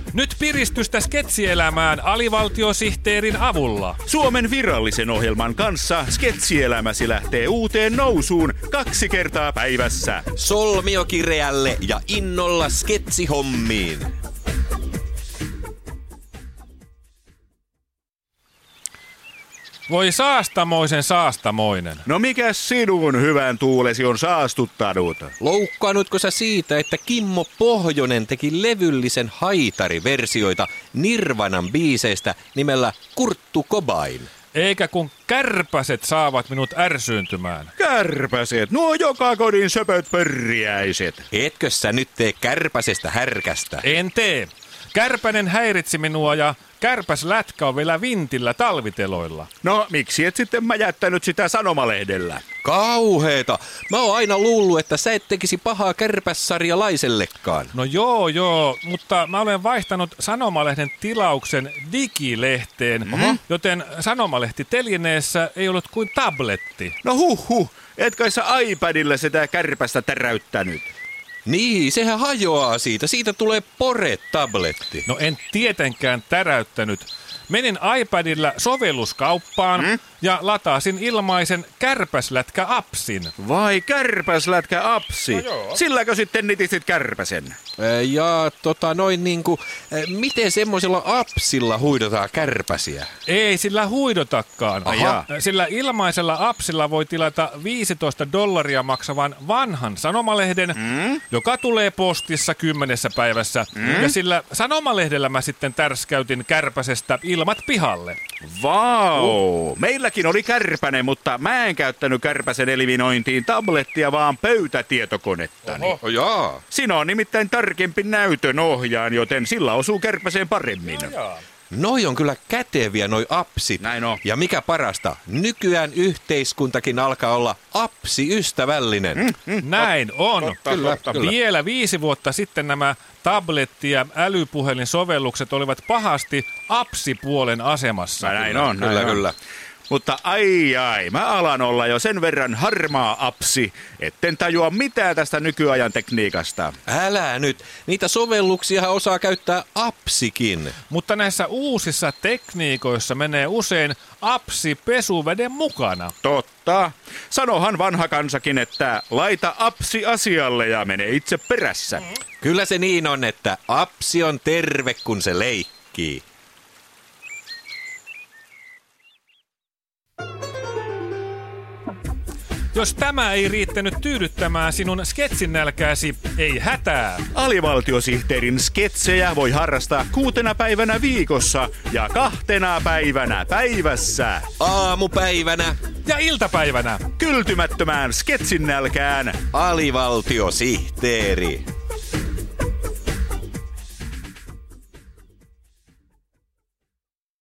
Nyt piristystä sketsielämään alivaltiosihteerin avulla. Suomen virallisen ohjelman kanssa sketsielämäsi lähtee uuteen nousuun 2 kertaa päivässä. Solmiokireälle ja innolla sketsihommiin. Voi saastamoinen. No mikä sinun hyvän tuulesi on saastuttanut? Loukkaannutko sä siitä, että Kimmo Pohjonen teki levyllisen haitariversioita Nirvanan biiseistä nimellä Kurttu Cobain? Eikä kun kärpäset saavat minut ärsyyntymään. Kärpäset, nuo joka kodin söpöt pörriäiset. Etkö sä nyt tee kärpäsestä härkästä? En tee. Kärpänen häiritsi minua ja kärpäslätkä on vielä vintillä talviteloilla. No miksi et sitten jättänyt sitä sanomalehdellä? Kauheeta! Mä oon aina luullut, että sä et tekisi pahaa kärpässarjalaisellekaan. No joo, mutta mä olen vaihtanut sanomalehden tilauksen digilehteen, joten sanomalehti telineessä ei ollut kuin tabletti. No et kai sä iPadilla sitä kärpästä täräyttänyt? Niin, sehän hajoaa siitä. Siitä tulee Pore-tabletti. No en tietenkään täräyttänyt. Menin iPadilla sovelluskauppaan ja lataasin ilmaisen kärpäslätkä-appsin. Vai kärpäslätkä-appsi? No joo. Silläkö sitten nitisit kärpäsen? Miten semmoisella appsilla huidotaan kärpäsiä? Ei sillä huidotakaan. Sillä ilmaisella appsilla voi tilata $15 maksavan vanhan sanomalehden, joka tulee postissa 10 päivässä. Ja sillä sanomalehdellä mä sitten tärskäytin kärpäsestä ilmat pihalle. Vau! Meilläkin oli kärpänen, mutta mä en käyttänyt kärpäsen eliminointiin tablettia, vaan pöytätietokonettani. Oho, jaa. Siinä on nimittäin tarkempi näytön ohjaan, joten sillä osuu kärpäseen paremmin. Noi on kyllä käteviä noi appsit. Näin on. Ja mikä parasta, nykyään yhteiskuntakin alkaa olla appsiystävällinen. Näin on. Totta. Vielä 5 vuotta sitten nämä tabletti- ja älypuhelinsovellukset olivat pahasti appsipuolen asemassa. Näin on. Kyllä. Mutta mä alan olla jo sen verran harmaa appsi, etten tajua mitään tästä nykyajan tekniikasta. Älä nyt. Niitä sovelluksia osaa käyttää appsikin. Mutta näissä uusissa tekniikoissa menee usein appsi pesuveden mukana. Totta. Sanohan vanha kansakin, että laita appsi asialle ja mene itse perässä. Kyllä se niin on, että appsi on terve, kun se leikkii. Jos tämä ei riittänyt tyydyttämään sinun sketsinälkääsi, ei hätää. Alivaltiosihteerin sketsejä voi harrastaa 6 päivänä viikossa ja 2 päivänä päivässä. Aamupäivänä Ja iltapäivänä. Kyltymättömään sketsin nälkään alivaltiosihteeri.